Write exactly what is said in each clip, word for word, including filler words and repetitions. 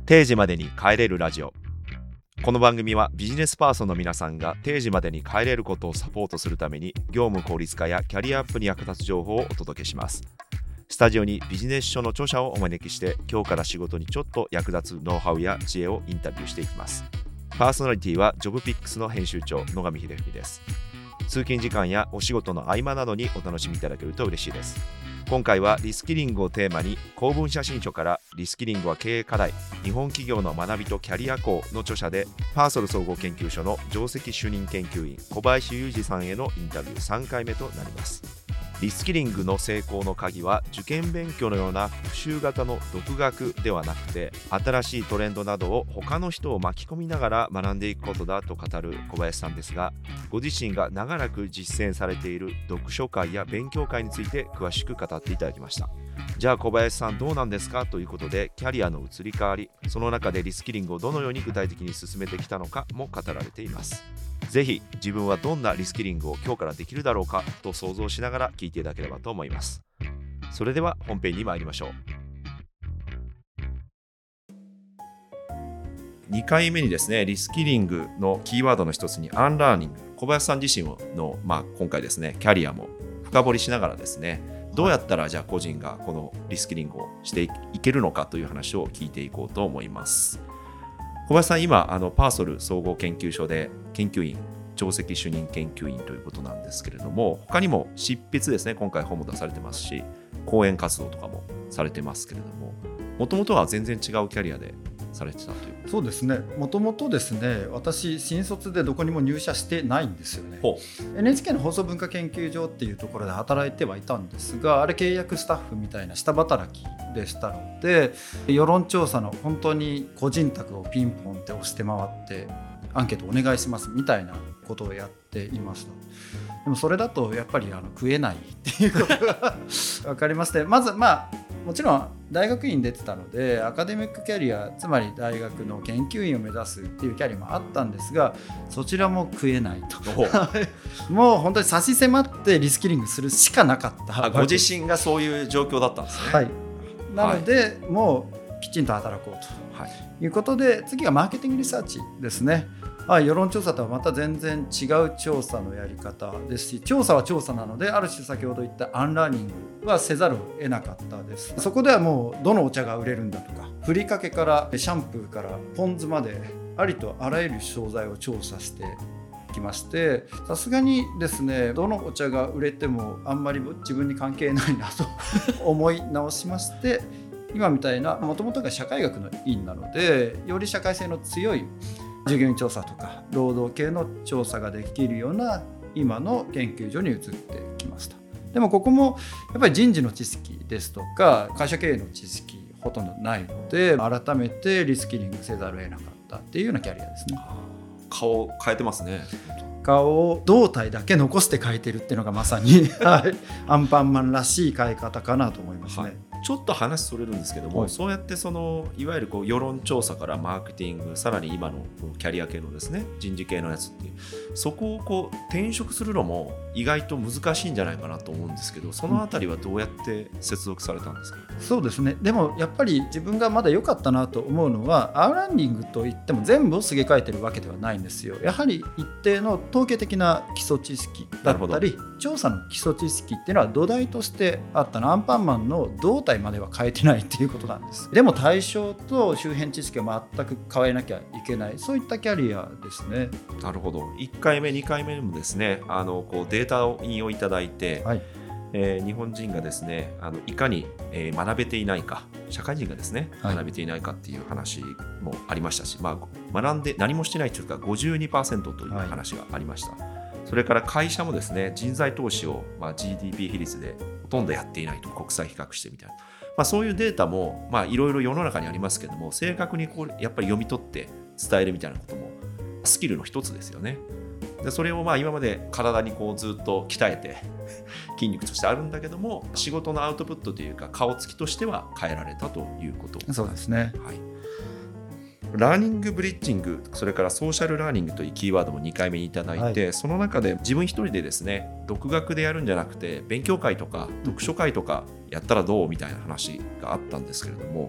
定時までに帰れるラジオ。この番組はビジネスパーソンの皆さんが定時までに帰れることをサポートするために業務効率化やキャリアアップに役立つ情報をお届けします。スタジオにビジネス書の著者をお招きして今日から仕事にちょっと役立つノウハウや知恵をインタビューしていきます。パーソナリティはジョブピックスの編集長野上秀文です。通勤時間やお仕事の合間などにお楽しみいただけると嬉しいです。今回はリスキリングをテーマに公文写真書からリスキリングは経営課題、日本企業の学びとキャリア校の著者でパーソル総合研究所の上席主任研究員小林裕二さんへのインタビューさんかいめとなります。リスキリングの成功の鍵は受験勉強のような復習型の独学ではなくて新しいトレンドなどを他の人を巻き込みながら学んでいくことだと語る小林さんですが、ご自身が長らく実践されている読書会や勉強会について詳しく語っていただきました。じゃあ小林さんどうなんですかということで、キャリアの移り変わり、その中でリスキリングをどのように具体的に進めてきたのかも語られています。ぜひ自分はどんなリスキリングを今日からできるだろうかと想像しながら聞いていただければと思います。それでは本編に参りましょう。にかいめにですね、リスキリングのキーワードの一つにアンラーニング、小林さん自身の、まあ、今回ですねキャリアも深掘りしながらですね、どうやったらじゃあ個人がこのリスキリングをしていけるのかという話を聞いていこうと思います。小林さん、今あのパーソル総合研究所で研究員、上席主任研究員ということなんですけれども、他にも執筆ですね、今回本も出されてますし、講演活動とかもされてますけれども、もともとは全然違うキャリアでされてたという。 そうですね、もともとですね、私新卒でどこにも入社してないんですよね。 エヌエイチケー の放送文化研究所っていうところで働いてはいたんですが、あれ契約スタッフみたいな下働きでしたので、世論調査の本当に個人宅をピンポンって押して回ってアンケートお願いしますみたいなことをやっていました。でもそれだとやっぱりあの食えないっていうことが分かりまして、まずまあもちろん大学院出てたのでアカデミックキャリア、つまり大学の研究員を目指すっていうキャリアもあったんですが、そちらも食えないともう本当に差し迫ってリスキリングするしかなかった。 ご自身がそういう状況だったんですね。 はい、なので、はい、もうきちんと働こうということで、はい、次はマーケティングリサーチですね。はい、世論調査とはまた全然違う調査のやり方ですし、調査は調査なのである種先ほど言ったアンラーニングはせざるを得なかったです。そこではもうどのお茶が売れるんだとか、ふりかけからシャンプーからポン酢までありとあらゆる商材を調査してきまして、さすがにですね、どのお茶が売れてもあんまり自分に関係ないなと思い直しまして、今みたいなもともとが社会学の院なので、より社会性の強い従業員調査とか労働系の調査ができるような今の研究所に移ってきました。でもここもやっぱり人事の知識ですとか会社経営の知識ほとんどないので、改めてリスキリングせざるを得なかったっていうようなキャリアですね。 顔を変えてますね。 顔を胴体だけ残して変えてるっていうのがまさにはい、アンパンマンらしい変え方かなと思いますね。はい、 ちょっと話それるんですけども、はい、そうやってそのいわゆるこう世論調査からマーケティング、さらに今のキャリア系のですね、人事系のやつっていう、そこをこう転職するのも意外と難しいんじゃないかなと思うんですけど、そのあたりはどうやって接続されたんですか？ うん、そうですね。でもやっぱり自分がまだ良かったなと思うのは、アンラーニングといっても全部をすげ替えてるわけではないんですよ。やはり一定の統計的な基礎知識だったり調査の基礎知識っていうのは土台としてあったの。アンパンマンの胴体までは変えてないっていうことなんです。でも対象と周辺知識は全く変えなきゃいけない、そういったキャリアですね。 なるほど。いっかいめにかいめにもですね、あのこうデータを引用いただいて、はい、えー、日本人がですね、あのいかに、えー、学べていないか、社会人がですね、はい、学べていないかっていう話もありましたし、まあ、学んで何もしてないというか ごじゅうにパーセント という話がありました。はい、それから会社もですね、人材投資を、まあ、ジーディーピー 比率でほとんどやっていないと、国際比較してみたいな、まあ、そういうデータもいろいろ世の中にありますけども、正確にこうやっぱり読み取って伝えるみたいなこともスキルの一つですよね。でそれをまあ今まで体にこうずっと鍛えて筋肉としてあるんだけども、仕事のアウトプットというか顔つきとしては変えられたということ。 そうですね。 はい、ラーニングブリッジング、それからソーシャルラーニングというキーワードもにかいめにいただいて、はい、その中で自分一人でですね、独学でやるんじゃなくて勉強会とか読書会とかやったらどうみたいな話があったんですけれども、小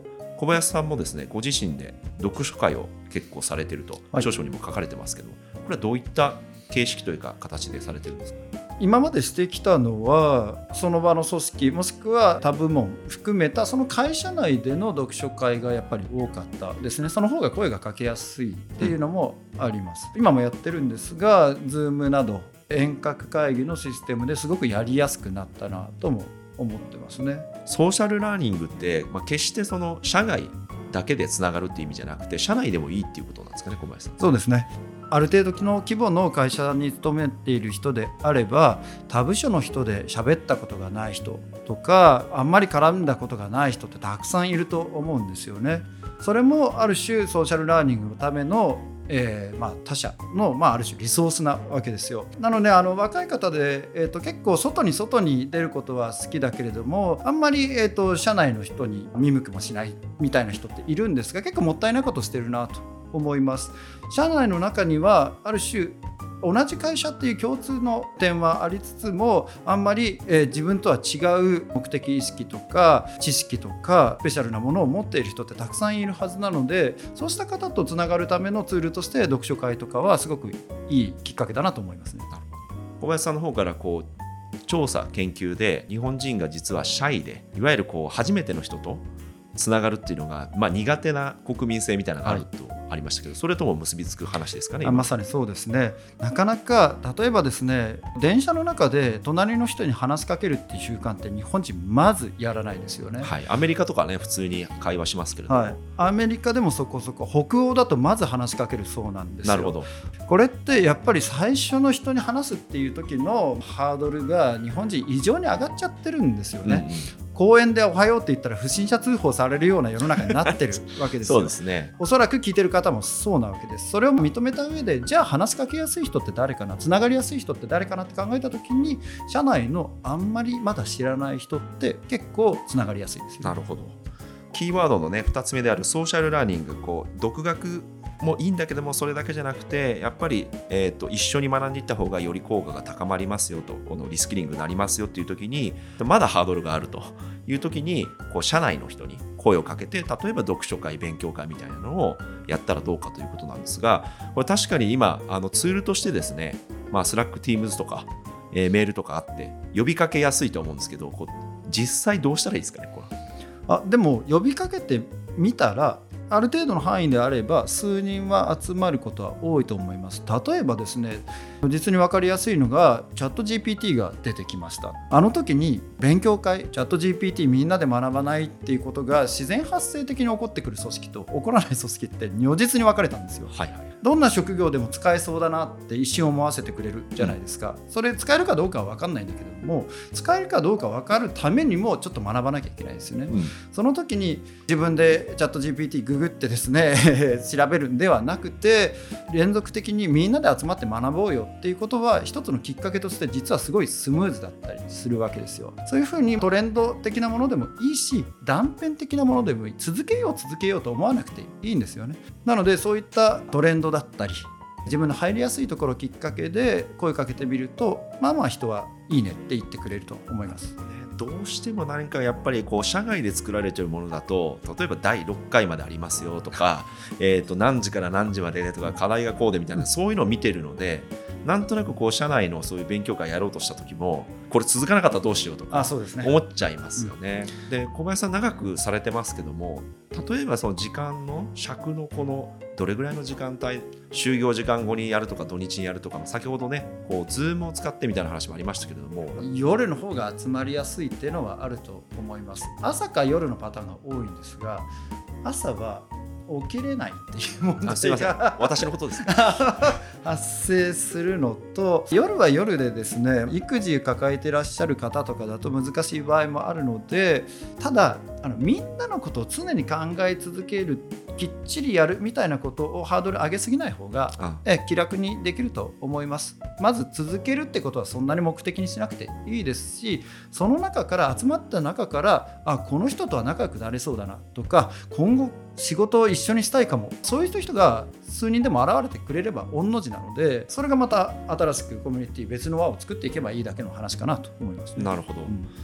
小林さんもですね、ご自身で読書会を結構されてると、はい、著書にも書かれてますけど、これはどういった形式というか形でされてるんですか？ 今までしてきたのはその場の組織もしくは他部門含めたその会社内での読書会がやっぱり多かったですね。その方が声がかけやすいっていうのもあります、うん、今もやってるんですが Zoom など遠隔会議のシステムですごくやりやすくなったなとも思ってますね。 ソーシャルラーニングって、まあ、決してその社外だけでつながるっていう意味じゃなくて社内でもいいっていうことなんですかね、小林さん。 そうですね。ある程度の規模の会社に勤めている人であれば他部署の人で喋ったことがない人とかあんまり絡んだことがない人ってたくさんいると思うんですよね。それもある種ソーシャルラーニングのためのえーまあ、他社の、まあ、ある種リソースなわけですよ。なのであの若い方で、えーと、結構外に外に出ることは好きだけれどもあんまり、えーと、社内の人に見向きもしないみたいな人っているんですが結構もったいないことしてるなと思います。社内の中にはある種同じ会社っていう共通の点はありつつもあんまり、えー、自分とは違う目的意識とか知識とかスペシャルなものを持っている人ってたくさんいるはずなのでそうした方とつながるためのツールとして読書会とかはすごくいいきっかけだなと思いますね。 小林さんの方からこう調査研究で日本人が実はシャイでいわゆるこう初めての人とつながるっていうのが、まあ、苦手な国民性みたいなのがあるとありましたけど、はい、それとも結びつく話ですかね。 まさにそうですね。なかなか例えばですね電車の中で隣の人に話しかけるっていう習慣って日本人まずやらないですよね、 はい、アメリカとかね普通に会話しますけれども、はい、 アメリカでもそこそこ北欧だとまず話しかけるそうなんですよ。 なるほど。 これってやっぱり最初の人に話すっていう時のハードルが日本人異常に上がっちゃってるんですよね、うんうん、公園でおはようって言ったら不審者通報されるような世の中になってるわけですよ。 そうですね。 おそらく聞いてる方もそうなわけです。それを認めた上でじゃあ話しかけやすい人って誰かなつながりやすい人って誰かなって考えた時に社内のあんまりまだ知らない人って結構つながりやすいですよ、ね、 なるほど。キーワードのねふたつめであるソーシャルラーニングこう独学もいいんだけどもそれだけじゃなくてやっぱり、えーと、一緒に学んでいった方がより効果が高まりますよとこのリスキリングになりますよっていう時にまだハードルがあるという時にこう社内の人に声をかけて例えば読書会勉強会みたいなのをやったらどうかということなんですがこれ確かに今あのツールとしてですね、まあ、Slack、Teams とか、えー、メールとかあって呼びかけやすいと思うんですけどこう実際どうしたらいいですかねこれ。 あでも呼びかけてみたらある程度の範囲であれば数人は集まることは多いと思います。例えばですね実に分かりやすいのがチャット ジーピーティー が出てきました。あの時に勉強会チャット ジーピーティー みんなで学ばないっていうことが自然発生的に起こってくる組織と起こらない組織って如実に分かれたんですよ、はいはい、どんな職業でも使えそうだなって一瞬思わせてくれるじゃないですか、うん、それ使えるかどうかは分かんないんだけども使えるかどうか分かるためにもちょっと学ばなきゃいけないですよね、うん、その時に自分でチャット ジーピーティー ググってですね調べるんではなくて連続的にみんなで集まって学ぼうよっていうことは一つのきっかけとして実はすごいスムーズだったりするわけですよ。そういうふうにトレンド的なものでもいいし断片的なものでもいい続けよう続けようと思わなくていいんですよね。なのでそういったトレンドだったり自分の入りやすいところをきっかけで声かけてみるとまあまあ人はいいねって言ってくれると思います。 どうしても何かやっぱりこう社外で作られているものだと例えばだいろっかいまでありますよとかえと何時から何時まででとか課題がこうでみたいなそういうのを見てるのでなんとなくこう社内のそういう勉強会やろうとした時もこれ続かなかったらどうしようとか思っちゃいますよね。で小林さん長くされてますけども例えばその時間の尺のこのどれぐらいの時間帯就業時間後にやるとか土日にやるとか先ほどねこう Zoom を使ってみたいな話もありましたけれども夜の方が集まりやすいっていうのはあると思います。朝か夜のパターンが多いんですが朝は起きれないっていう問題がすいません私のことです発生するのと夜は夜でですね育児を抱えていらっしゃる方とかだと難しい場合もあるのでただあのみんなのことを常に考え続けるきっちりやるみたいなことをハードル上げすぎない方がえ気楽にできると思います。まず続けるってことはそんなに目的にしなくていいですしその中から集まった中からあこの人とは仲良くなれそうだなとか今後仕事を一緒にしたいかもそういう人が数人でも現れてくれれば御の字なのでそれがまた新しくコミュニティ別の輪を作っていけばいいだけの話かなと思いますね。 なるほど、うん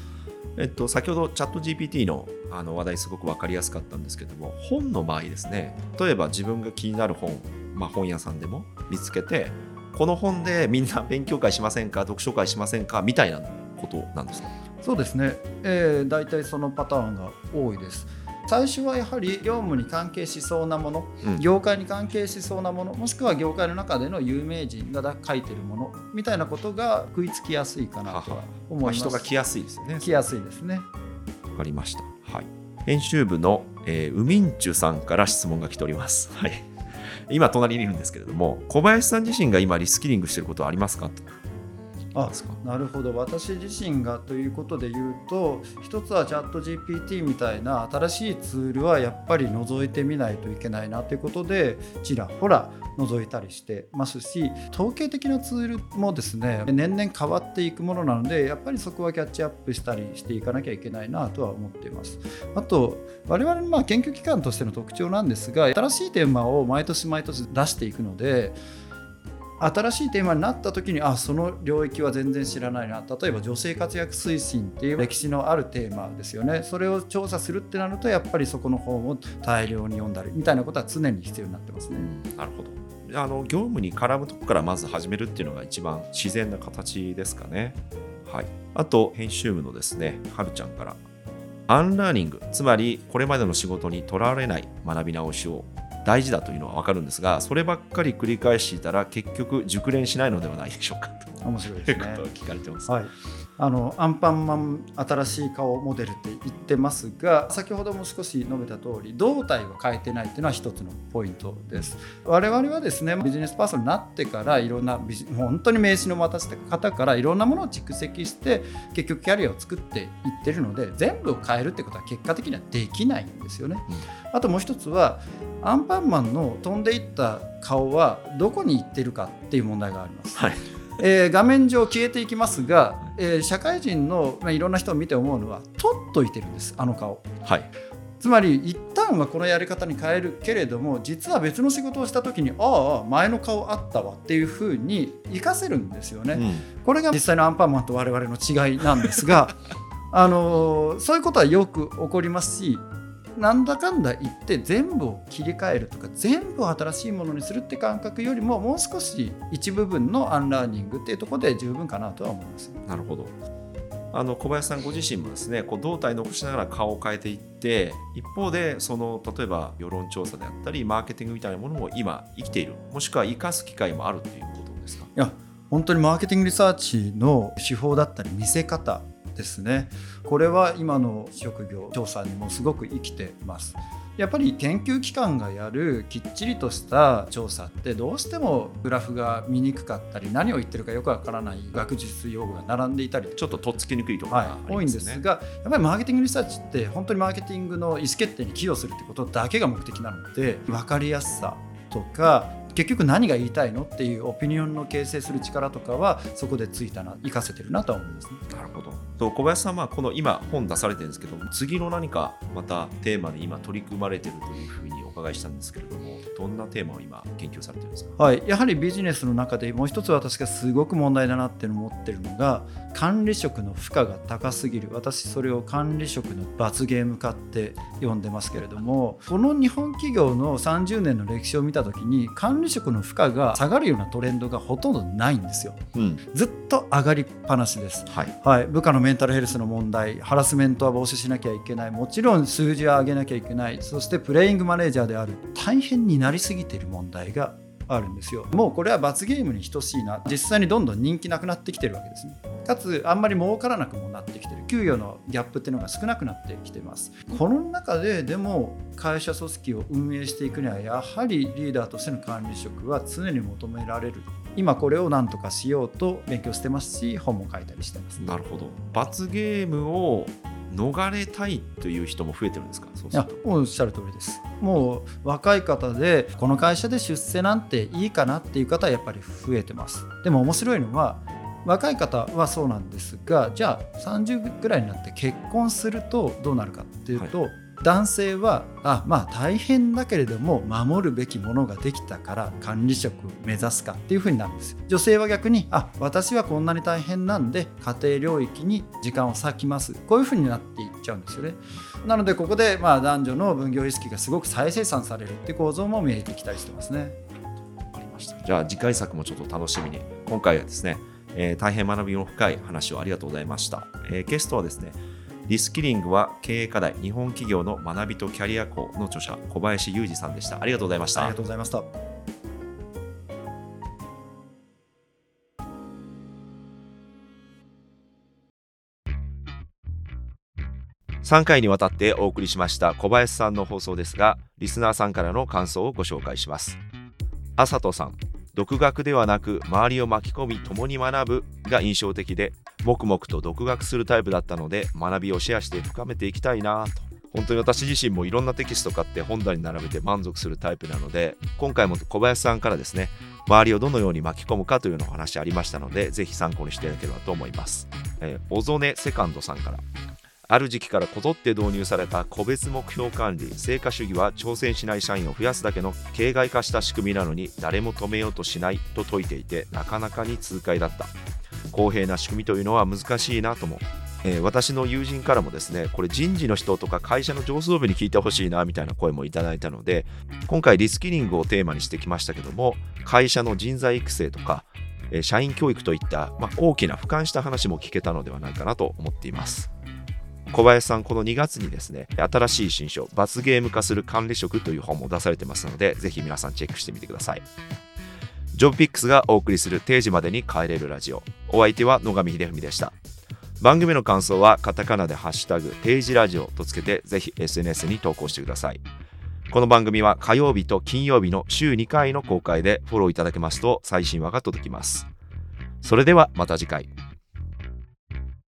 えっと、先ほどチャット ジーピーティー の, あの話題すごく分かりやすかったんですけども、本の場合ですね、例えば自分が気になる本、まあ、本屋さんでも見つけて、この本でみんな勉強会しませんか、読書会しませんかみたいなことなんですか？ そうですね、えー、大体そのパターンが多いです。最初はやはり業務に関係しそうなもの、うん、業界に関係しそうなもの、もしくは業界の中での有名人が書いてるものみたいなことが食いつきやすいかなとは思います。 まあ、人が来やすいですよね。 来やすいですね。 わかりました、はい、編集部の、えー、ウミンチュさんから質問が来ております、はい、今隣にいるんですけれども、小林さん自身が今リスキリングしていることはありますかと。 あ、なるほど。私自身がということで言うと、一つはチャット ジーピーティー みたいな新しいツールはやっぱり覗いてみないといけないなということで、ちらほら覗いたりしてますし、統計的なツールもですね、年々変わっていくものなので、やっぱりそこはキャッチアップしたりしていかなきゃいけないなとは思っています。あと我々のまあ研究機関としての特徴なんですが、新しいテーマを毎年毎年出していくので、新しいテーマになった時に、あ、その領域は全然知らないな、例えば女性活躍推進っていう歴史のあるテーマですよね。それを調査するってなると、やっぱりそこの本を大量に読んだりみたいなことは常に必要になってますね。 なるほど。あの業務に絡むところからまず始めるっていうのが一番自然な形ですかね。はい。あと編集部のですね、はるちゃんからアンラーニング、つまりこれまでの仕事にとらわれない学び直しを大事だというのは分かるんですが、そればっかり繰り返していたら結局熟練しないのではないでしょうかと。 面白いですね。 いうことを聞かれてます。 はい、あのアンパンマン新しい顔モデルって言ってますが、先ほども少し述べた通り、胴体を変えてないっていうのは一つのポイントです。我々はですね、ビジネスパーソンになってからいろんな本当に名刺の渡した方からいろんなものを蓄積して結局キャリアを作っていってるので、全部を変えるってことは結果的にはできないんですよね。うん、あともう一つは、アンパンマンの飛んでいった顔はどこに行ってるかっていう問題があります。はい、えー、画面上消えていきますが、えー、社会人の、まあ、いろんな人を見て思うのは、取っといてるんです、あの顔。はい、つまり一旦はこのやり方に変えるけれども、実は別の仕事をした時に、ああ前の顔あったわっていうふうに活かせるんですよね。うん、これが実際のアンパンマンと我々の違いなんですがあのー、そういうことはよく起こりますし、なんだかんだ言って全部を切り替えるとか、全部を新しいものにするって感覚よりも、もう少し一部分のアンラーニングっていうところで十分かなとは思います。 なるほど。あの小林さんご自身もですね、こう胴体残しながら顔を変えていって、一方でその例えば世論調査であったりマーケティングみたいなものも今生きている、もしくは生かす機会もあるということですか？ いや、本当にマーケティングリサーチの手法だったり見せ方ですね。これは今の職業調査にもすごく生きてます。やっぱり研究機関がやるきっちりとした調査ってどうしてもグラフが見にくかったり、何を言ってるかよくわからない学術用語が並んでいたり、 ちょっととっつきにくいところがありますね。 はい、多いんですが、やっぱりマーケティングリサーチって本当にマーケティングの意思決定に寄与するってことだけが目的なので、分かりやすさとか結局何が言いたいのっていうオピニオンの形成する力とかはそこでついたな、活かせてるなと思いますね。 なるほど。と小林さんはこの今本出されてるんですけど、次の何かまたテーマで今取り組まれてるというふうにお伺いしたんですけれども、どんなテーマを今研究されてるんですか？ はい、やはりビジネスの中でもう一つ私がすごく問題だなって思ってるのが、管理職の負荷が高すぎる。私それを管理職の罰ゲーム化って呼んでますけれども、この日本企業のさんじゅうねんの歴史を見たときに、管理職の負荷が下がるようなトレンドがほとんどないんですよ。うん、ずっと上がりっぱなしです。はいはい、部下のメンタルヘルスの問題、ハラスメントは防止しなきゃいけない、もちろん数字は上げなきゃいけない、そしてプレイングマネージャーである大変になりすぎている問題があるんですよ。もうこれは罰ゲームに等しいな。実際にどんどん人気なくなってきてるわけですね。かつあんまり儲からなくもなってきてる。給与のギャップっていうのが少なくなってきてます。この中ででも会社組織を運営していくには、やはりリーダーとしての管理職は常に求められる。今これを何とかしようと勉強してますし、本も書いたりしてます。 なるほど。罰ゲームを逃れたいという人も増えてるんですか？そうすると。 いや、おっしゃる通りです。もう若い方でこの会社で出世なんていいかなっていう方はやっぱり増えてます。でも面白いのは、若い方はそうなんですが、じゃあさんじゅうぐらいになって結婚するとどうなるかっていうと、はい、 男性はあまあ大変だけれども守るべきものができたから管理職目指すかっていう風になるんです。女性は逆にあ私はこんなに大変なんで家庭領域に時間を割きます、こういう風になっていっちゃうんですよね。なのでここでまあ男女の分業意識がすごく再生産されるっていう構造も見えてきたりしてますね。 わかりました。じゃあ次回作もちょっと楽しみに。今回はですね、えー、大変学びの深い話をありがとうございました。えー、ゲストはですね、リスキリングは経営課題日本企業の学びとキャリア校の著者小林裕二さんでした。ありがとうございました。 ありがとうございました。 さんかいにわたってお送りしました小林さんの放送ですが、リスナーさんからの感想をご紹介します。あさとさん、独学ではなく周りを巻き込み共に学ぶが印象的で、黙々と独学するタイプだったので学びをシェアして深めていきたいなと。本当に私自身もいろんなテキスト買って本棚に並べて満足するタイプなので、今回も小林さんからですね、周りをどのように巻き込むかというのお話ありましたので、ぜひ参考にしていただければと思います。えー、小曽根セカンドさんから、ある時期からこぞって導入された個別目標管理、成果主義は挑戦しない社員を増やすだけの形骸化した仕組みなのに誰も止めようとしないと説いていて、なかなかに痛快だった。公平な仕組みというのは難しいなとも、えー、私の友人からもですね、これ人事の人とか会社の上層部に聞いてほしいなみたいな声もいただいたので、今回リスキリングをテーマにしてきましたけども、会社の人材育成とか、えー、社員教育といった、まあ、大きな俯瞰した話も聞けたのではないかなと思っています。小林さん、このにがつにですね、新しい新書罰ゲーム化する管理職という本も出されてますので、ぜひ皆さんチェックしてみてください。ジョブピックスがお送りする定時までに帰れるラジオ、お相手は野上秀文でした。番組の感想はカタカナでハッシュタグ定時ラジオとつけて、ぜひ エスエヌエス に投稿してください。この番組は火曜日と金曜日の週にかいの公開で、フォローいただけますと最新話が届きます。それではまた次回。